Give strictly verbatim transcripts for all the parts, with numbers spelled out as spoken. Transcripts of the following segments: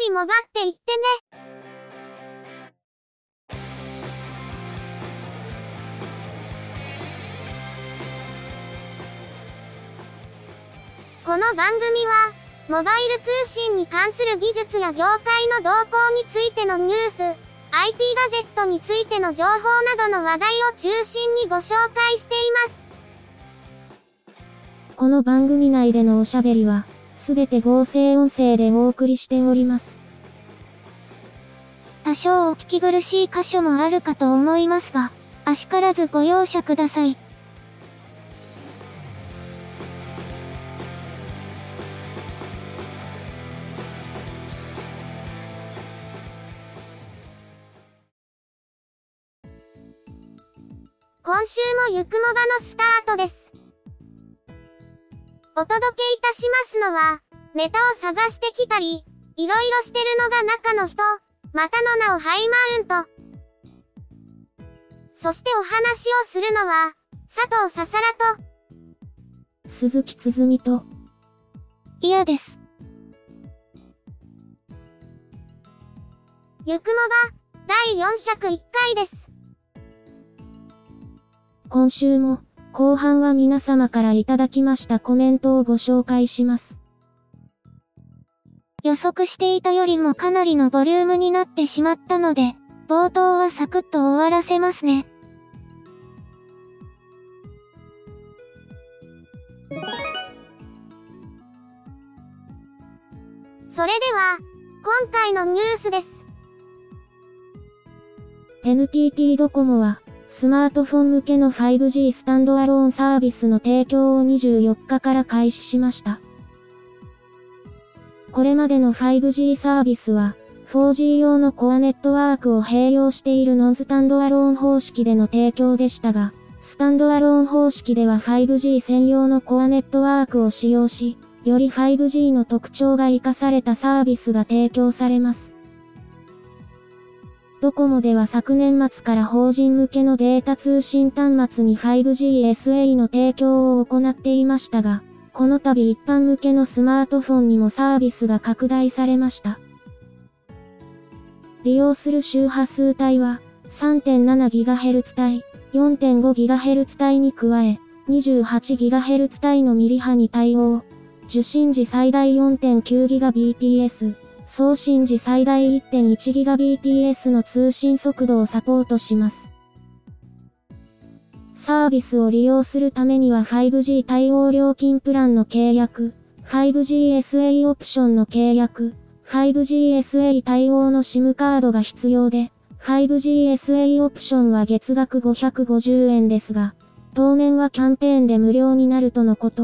りもばっていってね。この番組は、モバイル通信に関する技術や業界の動向についてのニュース、アイティー ガジェットについての情報などの話題を中心にご紹介しています。 この番組内でのおしゃべりは、すべて合成音声でお送りしております。 多少お聞き苦しい箇所もあるかと思いますが、あしからずご容赦ください。今週もゆくもばのスタートです。お届けいたしますのは、ネタを探してきたり、いろいろしてるのが中の人、またの名をハイマウント。そしてお話をするのは、佐藤ささらと、 鈴木つづみと、 いやです。ゆくもば、だいよんひゃくいっかいです。 今週も、後半は皆様からいただきましたコメントをご紹介します。 予測していたよりもかなりのボリュームになってしまったので、冒頭はサクッと終わらせますね。それでは、今回のニュースです。 エヌティーティー ドコモは、スマートフォン向けの ファイブジー スタンドアローンサービスの提供をにじゅうよっかから開始しました。これまでの ファイブジー サービスは、フォージー 用のコアネットワークを併用しているノンスタンドアローン方式での提供でしたが、スタンドアローン方式では ファイブジー 専用のコアネットワークを使用し、より ファイブジー の特徴が活かされたサービスが提供されます。ドコモでは昨年末から法人向けのデータ通信端末に ファイブジーエスエー の提供を行っていましたが、この度一般向けのスマートフォンにもサービスが拡大されました。利用する周波数帯は さんてんななギガヘルツ 帯、よんてんごギガヘルツ 帯に加え、にじゅうはちギガヘルツ 帯のミリ波に対応。受信時最大 よんてんきゅうギガビーピーエス、送信時最大 いってんいちギガビーピーエス の通信速度をサポートします。サービスを利用するためには ファイブジー 対応料金プランの契約、ファイブジーエスエー オプションの契約、ファイブジーエスエー 対応の SIM カードが必要で、ファイブジーエスエー オプションは月額ごひゃくごじゅうえんですが、当面はキャンペーンで無料になるとのこと。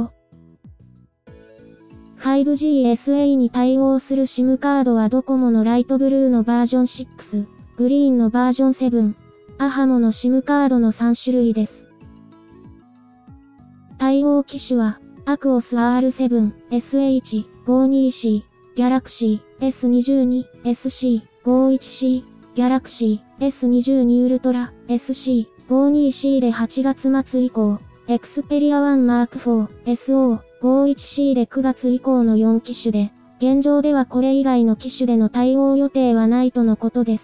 ファイブジーエスエー に対応する SIM カードはドコモのライトブルーのバージョンシックス、グリーンのバージョンセブン、アハモの SIM カードのさん種類です。対応機種は、アクオス アールセブン、エスエイチ、ごじゅうにシー、ギャラクシー、エスにじゅうに、エスシー、ごじゅういちシー、ギャラクシー、エスにじゅうに ウルトラ、エスシー、ごじゅうにシー ではちがつ末以降、エクスペリアワンマークフォー、エスオー、ごじゅういちシー でくがつ以降のよん機種で、現状ではこれ以外の機種での対応予定はないとのことです。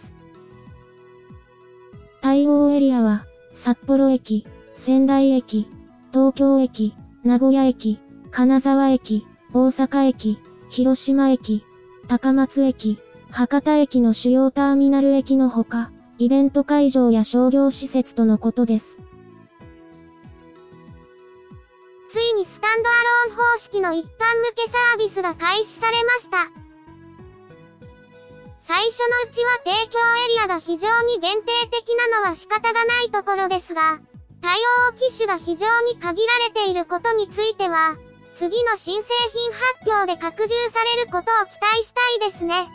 対応エリアは、札幌駅、仙台駅、東京駅、名古屋駅、金沢駅、大阪駅、広島駅、高松駅、博多駅の主要ターミナル駅のほか、イベント会場や商業施設とのことです。 ついにスタンドアローン方式の一般向けサービスが開始されました。最初のうちは提供エリアが非常に限定的なのは仕方がないところですが、対応機種が非常に限られていることについては、次の新製品発表で拡充されることを期待したいですね。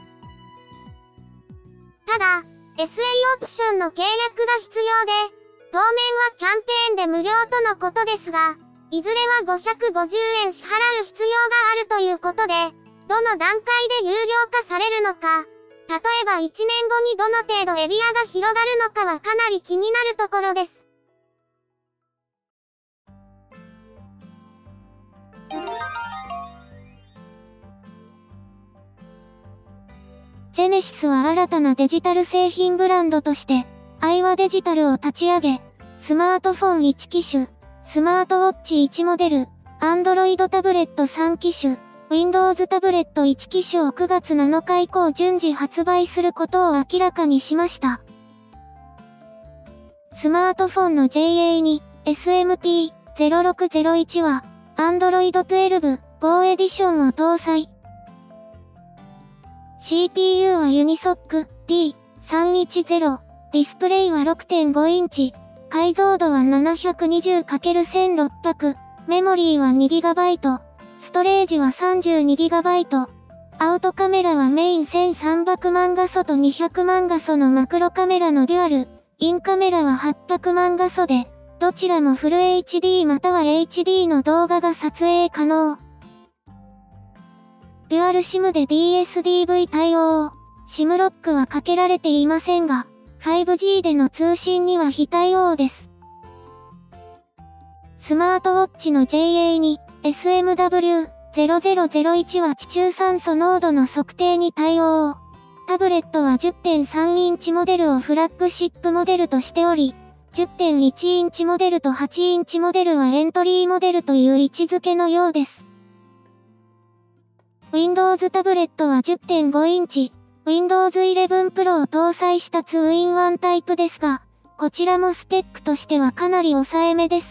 ただ、エスエー オプションの契約が必要で、当面はキャンペーンで無料とのことですが、いずれはごひゃくごじゅうえん支払う必要があるということで、どの段階で有料化されるのか、例えばいちねんごにどの程度エリアが広がるのかはかなり気になるところです。 ジェネシスは新たなデジタル製品ブランドとして、アイワデジタルを立ち上げ、スマートフォンいち機種、スマートウォッチいちモデル、Android タブレットさん機種、Windows タブレットいち機種をくがつなのか以降順次発売することを明らかにしました。スマートフォンの ジェイエーに エスエムピーゼロろくゼロいち は Android じゅうに Go エディションを搭載。シーピーユー は ユニソック ディーさんいちゼロ、ディスプレイは ろくてんご インチ、解像度は ななひゃくにじゅうかけるせんろっぴゃく、メモリーは にギガバイト、ストレージは さんじゅうにギガバイト、アウトカメラはメインせんさんびゃくまん画素とにひゃくまん画素のマクロカメラのデュアル、インカメラははっぴゃくまん画素で、どちらもフル エイチディー または エイチディー の動画が撮影可能。デュアル シム で ディーエスディーブイ 対応。シム ロックはかけられていませんが、ファイブジー での通信には非対応です。スマートウォッチの ジェイエーに エスエムダブリューゼロゼロゼロいち は地中酸素濃度の測定に対応。タブレットは じゅってんさん インチモデルをフラッグシップモデルとしており、じゅってんいち インチモデルとはちインチモデルはエントリーモデルという位置づけのようです。Windows タブレットは じゅってんご インチ、Windows イレブン Pro を搭載した ツーインワン タイプですが、こちらもスペックとしてはかなり抑えめです。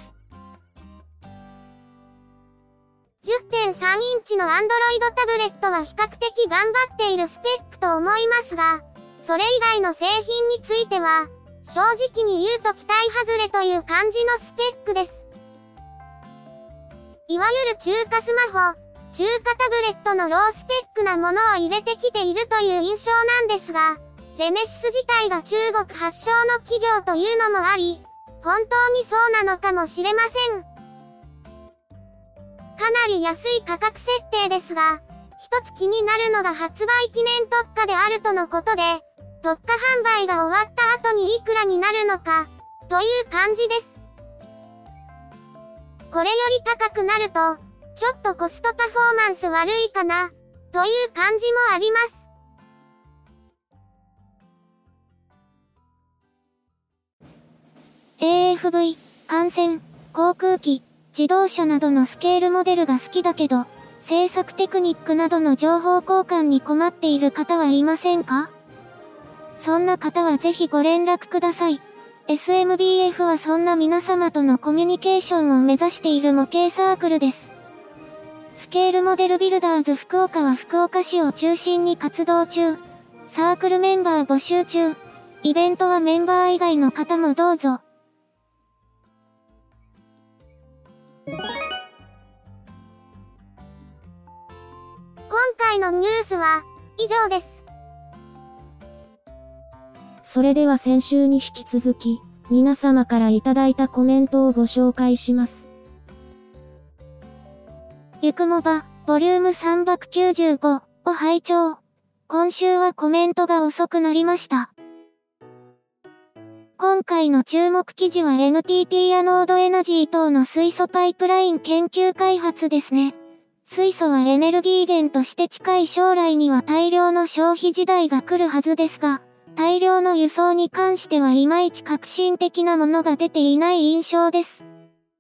じゅってんさん インチの Android タブレットは比較的頑張っているスペックと思いますが、それ以外の製品については、正直に言うと期待外れという感じのスペックです。いわゆる中華スマホ、中華タブレットのロースペックなものを入れてきているという印象なんですが、ジェネシス自体が中国発祥の企業というのもあり、本当にそうなのかもしれません。かなり安い価格設定ですが、一つ気になるのが発売記念特価であるとのことで、特価販売が終わった後にいくらになるのか、という感じです。これより高くなると、ちょっとコストパフォーマンス悪いかな、という感じもあります。エーエフブイ、艦船、航空機、自動車などのスケールモデルが好きだけど、制作テクニックなどの情報交換に困っている方はいませんか？そんな方はぜひご連絡ください。エスエムビーエフ はそんな皆様とのコミュニケーションを目指している模型サークルです。スケールモデルビルダーズ福岡は福岡市を中心に活動中。サークルメンバー募集中。イベントはメンバー以外の方もどうぞ。今回のニュースは以上です。 それでは先週に引き続き、皆様からいただいたコメントをご紹介します。 ゆくもば、ボリュームさんびゃくきゅうじゅうごを拝聴。今週はコメントが遅くなりました。今回の注目記事は エヌティーティー アノードエナジー等の水素パイプライン研究開発ですね。水素はエネルギー源として近い将来には大量の消費時代が来るはずですが、大量の輸送に関してはいまいち革新的なものが出ていない印象です。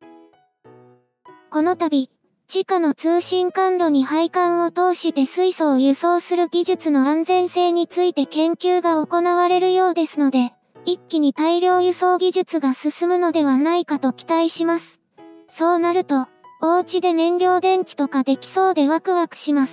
この度、地下の通信管路に配管を通して水素を輸送する技術の安全性について研究が行われるようですので、一気に大量輸送技術が進むのではないかと期待します。そうなると、お家で燃料電池とかできそうでワクワクします。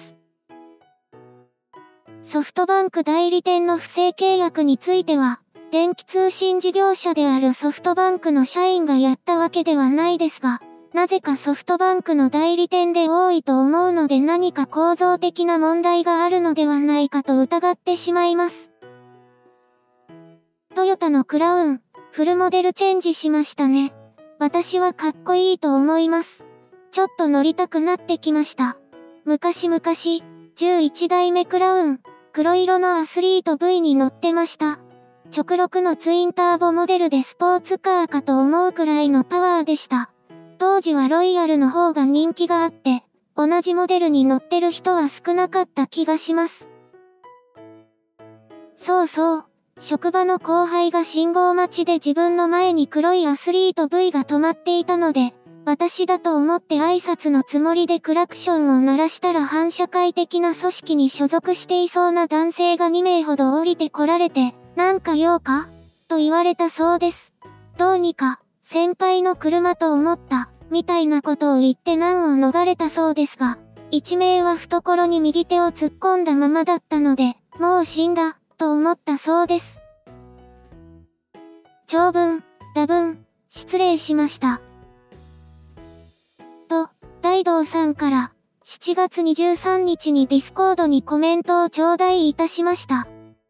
ソフトバンク代理店の不正契約については、電気通信事業者であるソフトバンクの社員がやったわけではないですが、なぜかソフトバンクの代理店で多いと思うので何か構造的な問題があるのではないかと疑ってしまいます。トヨタのクラウン、フルモデルチェンジしましたね。私はかっこいいと思います。ちょっと乗りたくなってきました。昔々、じゅういちだいめクラウン、黒色のアスリート ブイ に乗ってました。直録のツインターボモデルでスポーツカーかと思うくらいのパワーでした。当時はロイヤルの方が人気があって、同じモデルに乗ってる人は少なかった気がします。 そうそう。職場の後輩が信号待ちで自分の前に黒いアスリート V が止まっていたので、私だと思って挨拶のつもりでクラクションを鳴らしたら反社会的な組織に所属していそうな男性がにめいほど降りてこられて、なんか用かと言われたそうです。どうにか、先輩の車と思った、みたいなことを言って難を逃れたそうですが、一名は懐に右手を突っ込んだままだったので、もう死んだ、と思ったそうです。長文、多文、失礼しました。と、大道さんから、しちがつにじゅうさんにちにディスコードにコメントを頂戴いたしました。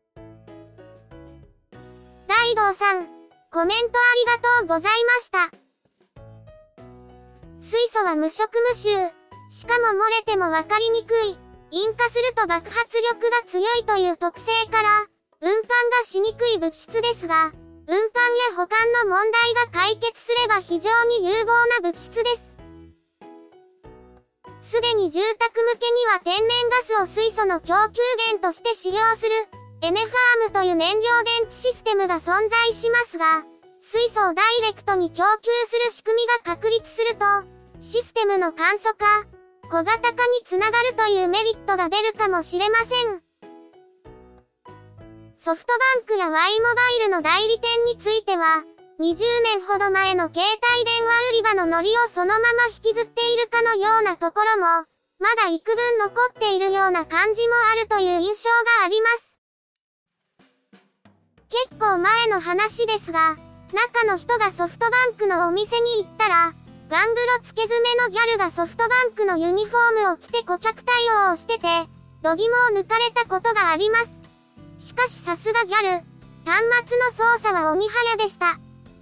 大道さん、コメントありがとうございました。水素は無色無臭。しかも漏れてもわかりにくい。引火すると爆発力が強いという特性から、運搬がしにくい物質ですが、運搬や保管の問題が解決すれば非常に有望な物質です。すでに住宅向けには天然ガスを水素の供給源として使用する、エネファームという燃料電池システムが存在しますが、水素をダイレクトに供給する仕組みが確立すると、システムの簡素化、小型化につながるというメリットが出るかもしれません。ソフトバンクや Y モバイルの代理店については、にじゅうねんほど前の携帯電話売り場のノリをそのまま引きずっているかのようなところも、まだ幾分残っているような感じもあるという印象があります。結構前の話ですが、中の人がソフトバンクのお店に行ったら、ガングロ付け詰めのギャルがソフトバンクのユニフォームを着て顧客対応をしてて、度肝を抜かれたことがあります。しかしさすがギャル、端末の操作は鬼早でした。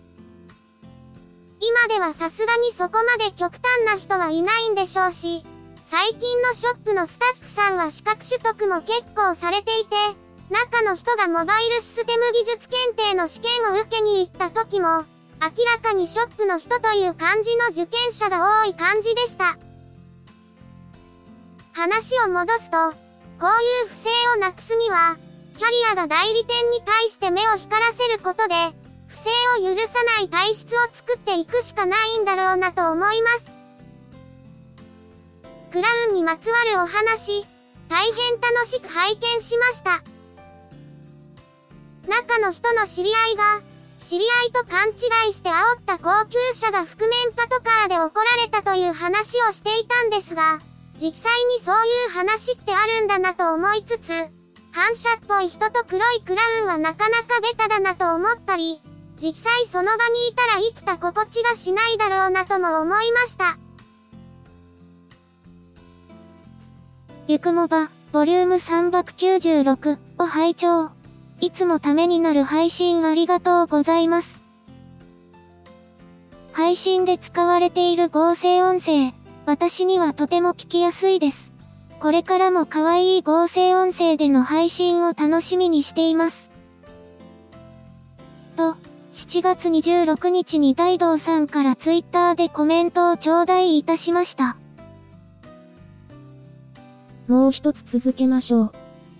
今ではさすがにそこまで極端な人はいないんでしょうし、最近のショップのスタッフさんは資格取得も結構されていて、中の人がモバイルシステム技術検定の試験を受けに行った時も、明らかにショップの人という感じの受験者が多い感じでした。話を戻すと、こういう不正をなくすには、キャリアが代理店に対して目を光らせることで、不正を許さない体質を作っていくしかないんだろうなと思います。クラウンにまつわるお話、大変楽しく拝見しました。中の人の知り合いが、知り合いと勘違いして煽った高級車が覆面パトカーで怒られたという話をしていたんですが、実際にそういう話ってあるんだなと思いつつ、反社っぽい人と黒いクラウンはなかなかベタだなと思ったり、実際その場にいたら生きた心地がしないだろうなとも思いました。 ゆくもば、ボリュームさんびゃくきゅうじゅうろくを拝聴。いつもためになる配信ありがとうございます。配信で使われている合成音声、私にはとても聞きやすいです。これからも可愛い合成音声での配信を楽しみにしています。と、しちがつにじゅうろくにちに大道さんからツイッターでコメントを頂戴いたしました。 もう一つ続けましょう。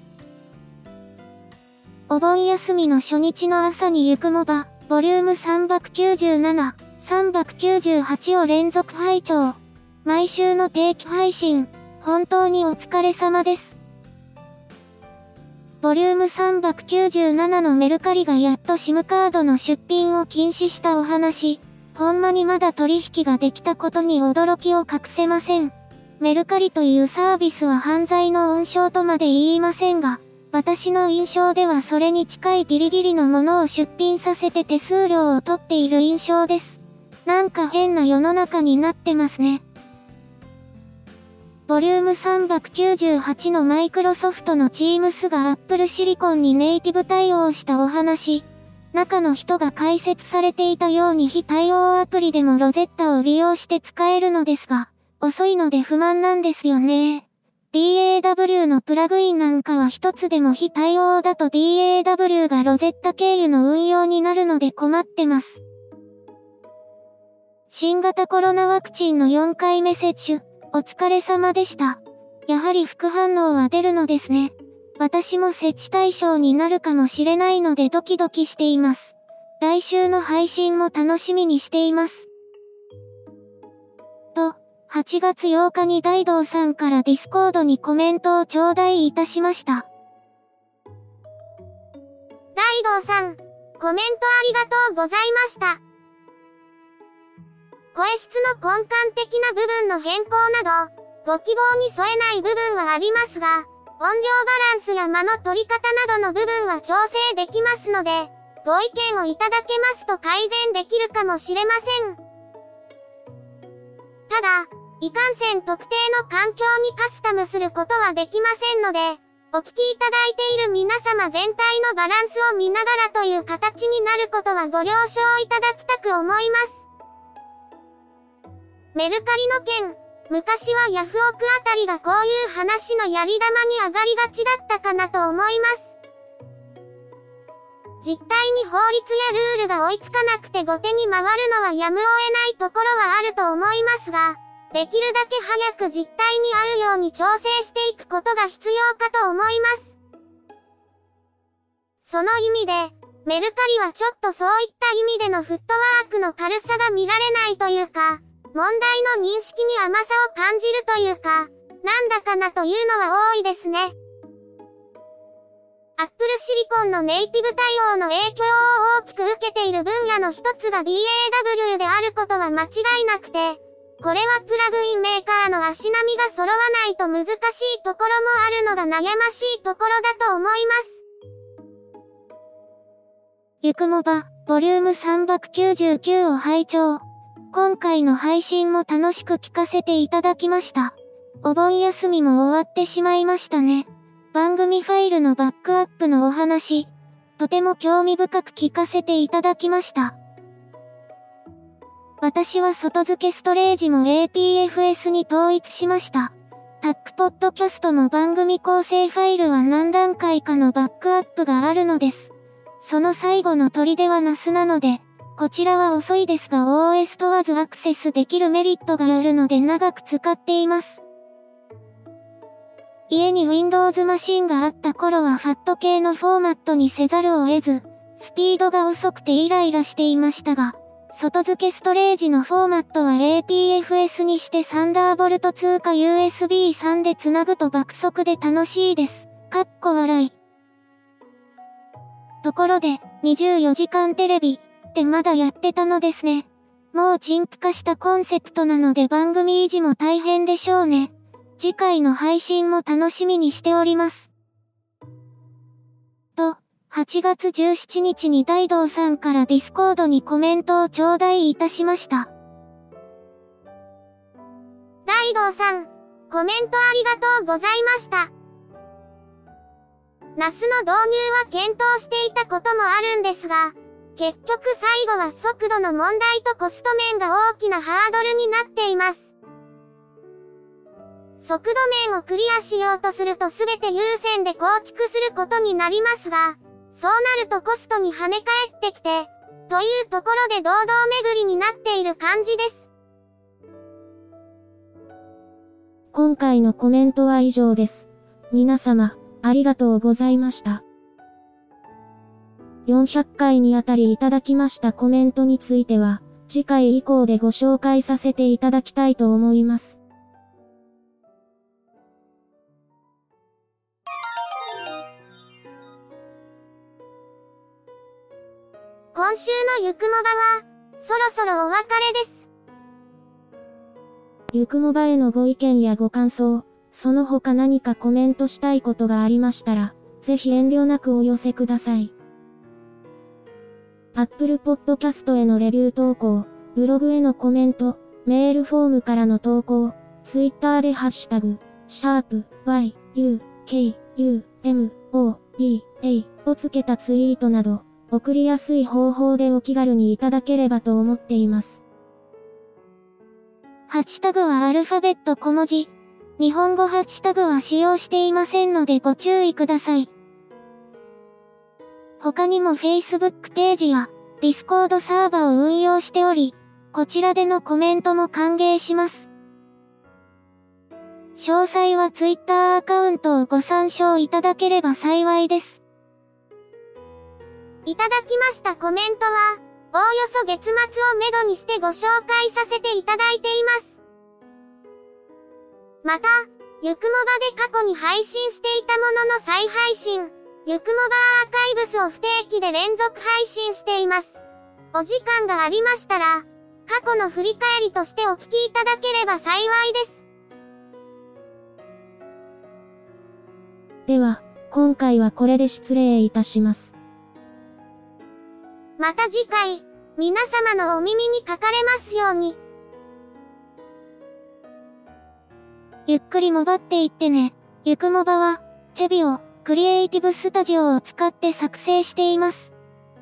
お盆休みの初日の朝にゆくもば、ボリュームさんびゃくきゅうじゅうなな、さんびゃくきゅうじゅうはちを連続拝聴。毎週の定期配信、本当にお疲れ様です。ボリュームさんびゃくきゅうじゅうななのメルカリがやっと SIM カードの出品を禁止したお話、ほんまにまだ取引ができたことに驚きを隠せません。メルカリというサービスは犯罪の温床とまで言いませんが、私の印象ではそれに近いギリギリのものを出品させて手数料を取っている印象です。なんか変な世の中になってますね。ボリュームさんびゃくきゅうじゅうはちのマイクロソフトの Teams が Apple Silicon にネイティブ対応したお話。中の人が解説されていたように非対応アプリでもロゼッタを利用して使えるのですが、遅いので不満なんですよね。ディーエーダブリュー のプラグインなんかは一つでも非対応だと ディーエーダブリュー がロゼッタ経由の運用になるので困ってます。新型コロナワクチンのよんかいめ接種、お疲れ様でした。やはり副反応は出るのですね。 私も設置対象になるかもしれないのでドキドキしています。来週の配信も楽しみにしています。と、はちがつようかに大道さんからディスコードにコメントを頂戴いたしました。 大道さん、コメントありがとうございました。声質の根幹的な部分の変更など、ご希望に添えない部分はありますが、音量バランスや間の取り方などの部分は調整できますので、ご意見をいただけますと改善できるかもしれません。ただ、いかんせん特定の環境にカスタムすることはできませんので、お聞きいただいている皆様全体のバランスを見ながらという形になることはご了承いただきたく思います。メルカリの件、昔はヤフオクあたりがこういう話のやり玉に上がりがちだったかなと思います。実態に法律やルールが追いつかなくて後手に回るのはやむを得ないところはあると思いますが、できるだけ早く実態に合うように調整していくことが必要かと思います。その意味で、メルカリはちょっとそういった意味でのフットワークの軽さが見られないというか、問題の認識に甘さを感じるというか、なんだかなというのは多いですね。Apple Silicon のネイティブ対応の影響を大きく受けている分野の一つが ビーエーダブリュー であることは間違いなくて、これはプラグインメーカーの足並みが揃わないと難しいところもあるのが悩ましいところだと思います。 ゆくもば、ボリュームさんびゃくきゅうじゅうきゅうを拝聴。今回の配信も楽しく聞かせていただきました。お盆休みも終わってしまいましたね。番組ファイルのバックアップのお話、とても興味深く聞かせていただきました。私は外付けストレージも エーピーエフエス に統一しました。タックポッドキャストも番組構成ファイルは何段階かのバックアップがあるのです。その最後の砦は ナス なので、こちらは遅いですが オーエス 問わずアクセスできるメリットがあるので長く使っています。家に Windows マシンがあった頃はファット系のフォーマットにせざるを得ず、スピードが遅くてイライラしていましたが、外付けストレージのフォーマットは エーピーエフエス にしてサンダーボルトツーか ユーエスビースリー でつなぐと爆速で楽しいです。かっこ笑い。ところで、にじゅうよじかんテレビってまだやってたのですね。もう陳腐化したコンセプトなので番組維持も大変でしょうね。次回の配信も楽しみにしております。と、はちがつじゅうしちにちに大道さんからディスコードにコメントを頂戴いたしました。 大道さん、コメントありがとうございました。ナス の導入は検討していたこともあるんですが、結局最後は速度の問題とコスト面が大きなハードルになっています。速度面をクリアしようとするとすべて優先で構築することになりますが、そうなるとコストに跳ね返ってきて、というところで堂々巡りになっている感じです。 今回のコメントは以上です。皆様、ありがとうございました。よんひゃっかいにあたりいただきましたコメントについては、次回以降でご紹介させていただきたいと思います。 今週のゆくもばは、そろそろお別れです。 ゆくもばへのご意見やご感想、その他何かコメントしたいことがありましたら、ぜひ遠慮なくお寄せください。Apple Podcast へのレビュー投稿、ブログへのコメント、メールフォームからの投稿、Twitter でハッシュタグ、シャープ y, u, k, u, m, o, b, a をつけたツイートなど、送りやすい方法でお気軽にいただければと思っています。 ハッシュタグはアルファベット小文字。日本語ハッシュタグは使用していませんのでご注意ください。他にも Facebook ページや Discord サーバを運用しており、こちらでのコメントも歓迎します。 詳細は Twitter アカウントをご参照いただければ幸いです。 いただきましたコメントは、おおよそ月末をめどにしてご紹介させていただいています。また、ゆくもばで過去に配信していたものの再配信、ゆくもばアーカイブスを不定期で連続配信しています。お時間がありましたら、過去の振り返りとしてお聞きいただければ幸いです。 では、今回はこれで失礼いたします。 また次回、皆様のお耳にかかれますように。 ゆっくりもばっていってね。ゆくもばは、チェビオ、クリエイティブスタジオを使って作成しています。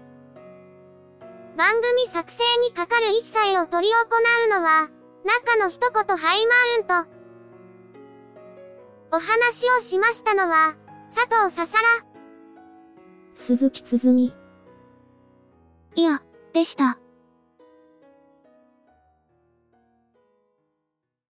番組作成にかかる一切を執り行うのは、中の一言ハイマウント。お話をしましたのは、佐藤ささら、 鈴木つづみ。 いや、でした。